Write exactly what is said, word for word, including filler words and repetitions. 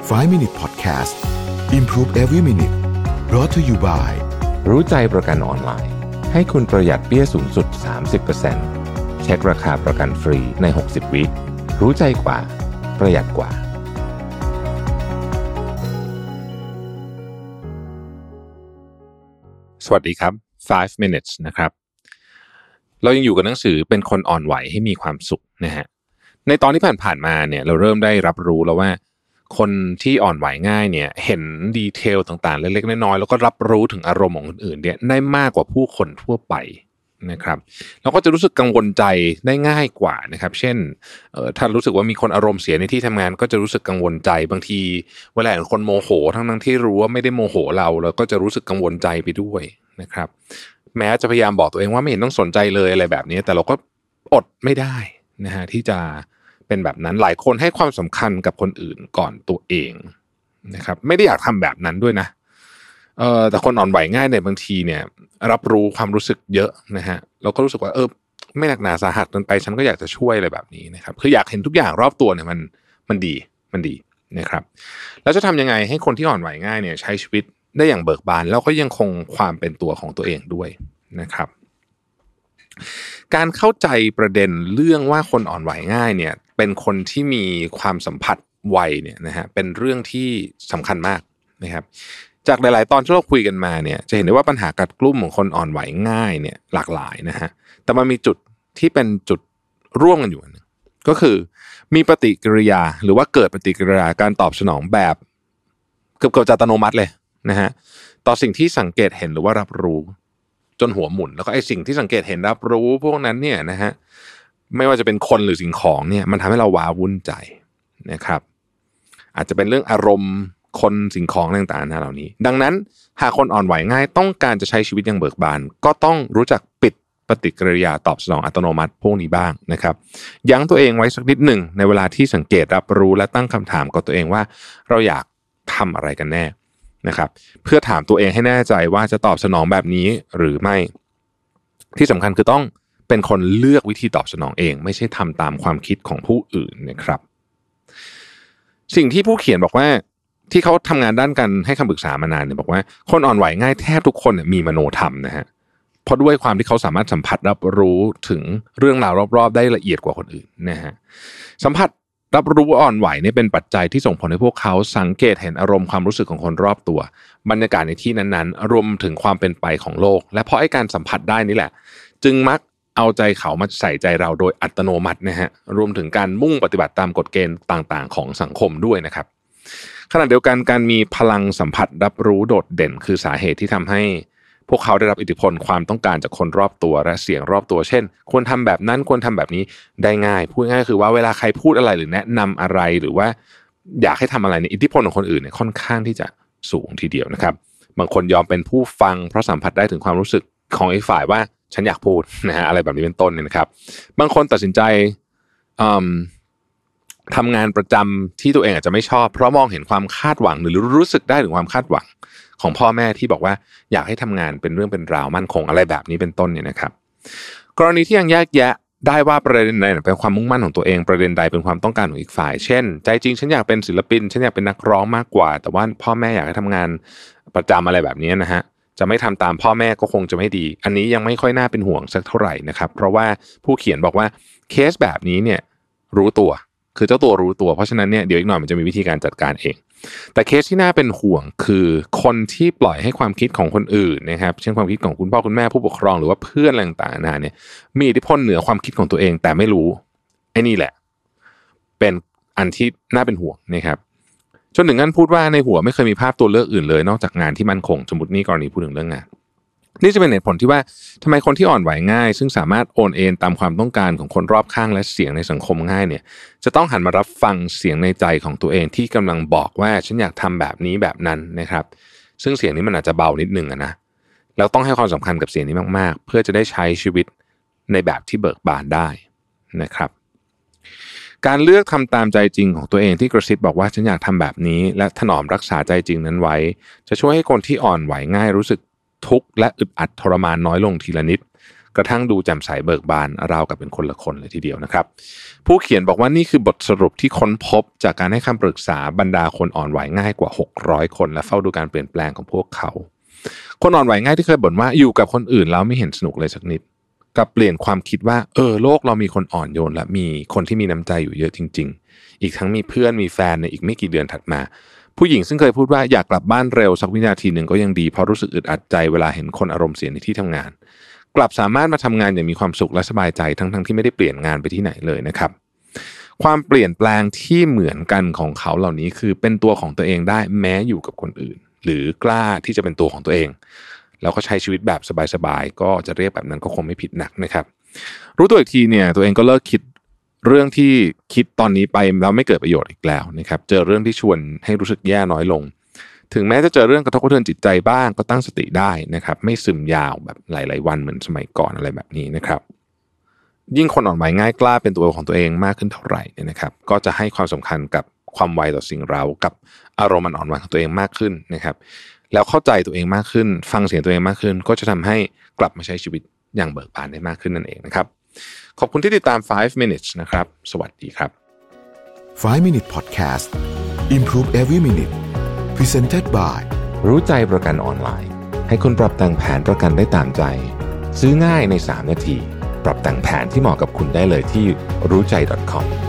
five minute podcast Improve every minute brought to you by รู้ใจประกันออนไลน์ให้คุณประหยัดเบี้ยสูงสุด สามสิบเปอร์เซ็นต์ เช็คราคาประกันฟรีในหกสิบวิรู้ใจกว่าประหยัดกว่าสวัสดีครับfive minutes นะครับเรายังอยู่กับหนังสือเป็นคนอ่อนไหวให้มีความสุขนะฮะในตอนที่ผ่านๆมาเนี่ยเราเริ่มได้รับรู้แล้วว่าคนที่อ่อนไหวง่ายเนี่ยเห็นดีเทลต่างๆเล็กๆน้อยๆแล้วก็รับรู้ถึงอารมณ์ของคนอื่นเนี่ยได้มากกว่าผู้คนทั่วไปนะครับเราก็จะรู้สึกกังวลใจได้ง่ายกว่านะครับเช่นเอ่อถ้ารู้สึกว่ามีคนอารมณ์เสียในที่ทำงานก็จะรู้สึกกังวลใจบางทีเวลาเห็นคนโมโหทั้งๆที่รู้ว่าไม่ได้โมโหเราเราก็จะรู้สึกกังวลใจไปด้วยนะครับแม้จะพยายามบอกตัวเองว่าไม่เห็นต้องสนใจเลยอะไรแบบนี้แต่เราก็อดไม่ได้นะฮะที่จะเป็นแบบนั้นหลายคนให้ความสำคัญกับคนอื่นก่อนตัวเองนะครับไม่ได้อยากทำแบบนั้นด้วยนะเออแต่คนอ่อนไหวง่ายเนี่ยบางทีเนี่ยรับรู้ความรู้สึกเยอะนะฮะเราก็รู้สึกว่าเออไม่หนักหนาสาหัสเกินไปฉันก็อยากจะช่วยอะไรแบบนี้นะครับคืออยากเห็นทุกอย่างรอบตัวเนี่ยมันมันดีมันดีนะครับแล้วจะทำยังไงให้คนที่อ่อนไหวง่ายเนี่ยใช้ชีวิตได้อย่างเบิกบานแล้วก็ยังคงความเป็นตัวของตัวเองด้วยนะครับการเข้าใจประเด็นเรื่องว่าคนอ่อนไหวง่ายเนี่ยเป็นคนที่มีความสัมผัสไวเนี่ยนะฮะเป็นเรื่องที่สำคัญมากนะครับจากหลายๆตอนที่เราคุยกันมาเนี่ยจะเห็นได้ว่าปัญหากัดกลุ่มของคนอ่อนไหวง่ายเนี่ยหลากหลายนะฮะแต่มันมีจุดที่เป็นจุดร่วมกันอยู่อันนึงก็คือมีปฏิกิริยาหรือว่าเกิดปฏิกิริยาการตอบสนองแบบเกือบๆจะอัตโนมัติเลยนะฮะต่อสิ่งที่สังเกตเห็นหรือว่ารับรู้จนหัวหมุนแล้วก็ไอ้สิ่งที่สังเกตเห็นรับรู้พวกนั้นเนี่ยนะฮะไม่ว่าจะเป็นคนหรือสิ่งของเนี่ยมันทำให้เราว้าวุ่นใจนะครับอาจจะเป็นเรื่องอารมณ์คนสิ่งของต่างๆนะเหล่านี้ดังนั้นหากคนอ่อนไหวง่ายต้องการจะใช้ชีวิตอย่างเบิกบานก็ต้องรู้จักปิดปฏิกิริยาตอบสนองอัตโนมัติพวกนี้บ้างนะครับยั้งตัวเองไว้สักนิดหนึ่งในเวลาที่สังเกตรับรู้และตั้งคำถามกับตัวเองว่าเราอยากทำอะไรกันแน่นะครับเพื่อถามตัวเองให้แน่ใจว่าจะตอบสนองแบบนี้หรือไม่ที่สำคัญคือต้องเป็นคนเลือกวิธีตอบสนองเองไม่ใช่ทำตามความคิดของผู้อื่นนะครับสิ่งที่ผู้เขียนบอกว่าที่เขาทำงานด้านการให้คำปรึกษามานานเนี่ยบอกว่าคนอ่อนไหวง่ายแทบทุกคนมีมโนธรรมนะฮะเพราะด้วยความที่เขาสามารถสัมผัสรับรู้ถึงเรื่องราวรอบๆได้ละเอียดกว่าคนอื่นนะฮะสัมผัสรับรู้อ่อนไหวนี่เป็นปัจจัยที่ส่งผลให้พวกเขาสังเกตเห็นอารมณ์ความรู้สึกของคนรอบตัวบรรยากาศในที่นั้นๆรวมถึงความเป็นไปของโลกและเพราะไอ้การสัมผัสได้นี่แหละจึงมักเอาใจเขามาใส่ใจเราโดยอัตโนมัตินะฮะรวมถึงการมุ่งปฏิบัติตามกฎเกณฑ์ต่างๆของสังคมด้วยนะครับขณะเดียวกันการมีพลังสัมผัสรับรู้โดดเด่นคือสาเหตุที่ทำให้พวกเขาได้รับอิทธิพลความต้องการจากคนรอบตัวและเสียงรอบตัวเช่นควรทำแบบนั้นควรทำแบบนี้ได้ง่ายพูดง่ายคือว่าเวลาใครพูดอะไรหรือแนะนำอะไรหรือว่าอยากให้ทำอะไรในอิทธิพลของคนอื่นเนี่ยค่อนข้างที่จะสูงทีเดียวนะครับบางคนยอมเป็นผู้ฟังเพราะสัมผัสได้ถึงความรู้สึกของอีกฝ่ายว่าฉันอยากพูดนะฮะอะไรแบบนี้เป็นต้นเนี่ยนะครับบางคนตัดสินใจทำงานประจำที่ตัวเองอาจจะไม่ชอบเพราะมองเห็นความคาดหวังหรือรู้สึกได้ถึงความคาดหวังของพ่อแม่ที่บอกว่าอยากให้ทำงานเป็นเรื่องเป็นราวมั่นคงอะไรแบบนี้เป็นต้นเนี่ยนะครับกรณีที่ยังแยกแยะได้ว่าประเด็นใดเป็นความมุ่งมั่นของตัวเองประเด็นใดเป็นความต้องการของอีกฝ่ายเช่นใจจริงฉันอยากเป็นศิลปินฉันอยากเป็นนักร้องมากกว่าแต่ว่าพ่อแม่อยากให้ทำงานประจำอะไรแบบนี้นะฮะจะไม่ทำตามพ่อแม่ก็คงจะไม่ดีอันนี้ยังไม่ค่อยน่าเป็นห่วงสักเท่าไหร่นะครับเพราะว่าผู้เขียนบอกว่าเคสแบบนี้เนี่ยรู้ตัวคือเจ้าตัวรู้ตัวเพราะฉะนั้นเนี่ยเดี๋ยวอีกหน่อยมันจะมีวิธีการจัดการเองแต่เคสที่น่าเป็นห่วงคือคนที่ปล่อยให้ความคิดของคนอื่นนะครับเช่นความคิดของคุณพ่อคุณแม่ผู้ปกครองหรือว่าเพื่อนอะไรต่างๆนาเนี่ยมีอิทธิพลเหนือความคิดของตัวเองแต่ไม่รู้ไอ้นี่แหละเป็นอันที่น่าเป็นห่วงนะครับจนถึงขั้นพูดว่าในหัวไม่เคยมีภาพตัวเลือกอื่นเลยนอกจากงานที่มั่นคงสมมตินี่กรณีพูดถึงเรื่องงานนี่จะเป็นเหตุผลที่ว่าทำไมคนที่อ่อนไหวง่ายซึ่งสามารถโอนเอ็นตามความต้องการของคนรอบข้างและเสียงในสังคมง่ายเนี่ยจะต้องหันมารับฟังเสียงในใจของตัวเองที่กำลังบอกว่าฉันอยากทำแบบนี้แบบนั้นนะครับซึ่งเสียงนี้มันอาจจะเบานิดนึงนะแล้วต้องให้ความสำคัญกับเสียงนี้มากๆเพื่อจะได้ใช้ชีวิตในแบบที่เบิกบานได้นะครับการเลือกทำตามใจจริงของตัวเองที่กระซิบบอกว่าฉันอยากทำแบบนี้และถนอมรักษาใจจริงนั้นไว้จะช่วยให้คนที่อ่อนไหวง่ายรู้สึกทุกข์และอึดอัดทรมานน้อยลงทีละนิดกระทั่งดูแจ่มใสเบิกบานราวกับเป็นคนละคนเลยทีเดียวนะครับผู้เขียนบอกว่านี่คือบทสรุปที่ค้นพบจากการให้คำปรึกษาบรรดาคนอ่อนไหวง่ายกว่าหกร้อยคนและเฝ้าดูการเปลี่ยนแปลงของพวกเขาคนอ่อนไหวง่ายที่เคยบ่นว่าอยู่กับคนอื่นแล้วไม่เห็นสนุกเลยสักนิดกับเปลี่ยนความคิดว่าเออโลกเรามีคนอ่อนโยนและมีคนที่มีน้ำใจอยู่เยอะจริงๆอีกทั้งมีเพื่อนมีแฟนในอีกไม่กี่เดือนถัดมาผู้หญิงซึ่งเคยพูดว่าอยากกลับบ้านเร็วสักวินาทีหนึ่งก็ยังดีเพราะรู้สึกอึดอัดใจเวลาเห็นคนอารมณ์เสียในที่ทำงานกลับสามารถมาทำงานอย่างมีความสุขและสบายใจทั้งๆที่ไม่ได้เปลี่ยนงานไปที่ไหนเลยนะครับความเปลี่ยนแปลงที่เหมือนกันของเขาเหล่านี้คือเป็นตัวของตัวเองได้แม้อยู่กับคนอื่นหรือกล้าที่จะเป็นตัวของตัวเองแล้วก็ใช้ชีวิตแบบสบายๆก็จะเรียกแบบนั้นก็คงไม่ผิดนักนะครับรู้ตัวอีกทีเนี่ยตัวเองก็เลิกคิดเรื่องที่คิดตอนนี้ไปแล้วไม่เกิดประโยชน์อีกแล้วนะครับเจอเรื่องที่ชวนให้รู้สึกแย่น้อยลงถึงแม้จะเจอเรื่องกระทบกระเทือนจิตใจบ้างก็ตั้งสติได้นะครับไม่ซึมยาวแบบหลายๆวันเหมือนสมัยก่อนอะไรแบบนี้นะครับยิ่งคนอ่อนไหวง่ายกล้าเป็นตัวของตัวเองมากขึ้นเท่าไหร่เนี่ยนะครับก็จะให้ความสำคัญกับความไวต่อสิ่งเร้ากับอารมณ์อ่อนไหวของตัวเองมากขึ้นนะครับแล้วเข้าใจตัวเองมากขึ้นฟังเสียงตัวเองมากขึ้นก็จะทำให้กลับมาใช้ชีวิตอย่างเบิกบานได้มากขึ้นนั่นเองนะครับขอบคุณที่ติดตามไฟว์ minutes นะครับสวัสดีครับไฟว์ minute podcast Improve every minute Presented by รู้ใจประกันออนไลน์ให้คุณปรับแต่งแผนประกันได้ตามใจซื้อง่ายในสามนาทีปรับแต่งแผนที่เหมาะกับคุณได้เลยที่รู้ใจ ดอท คอม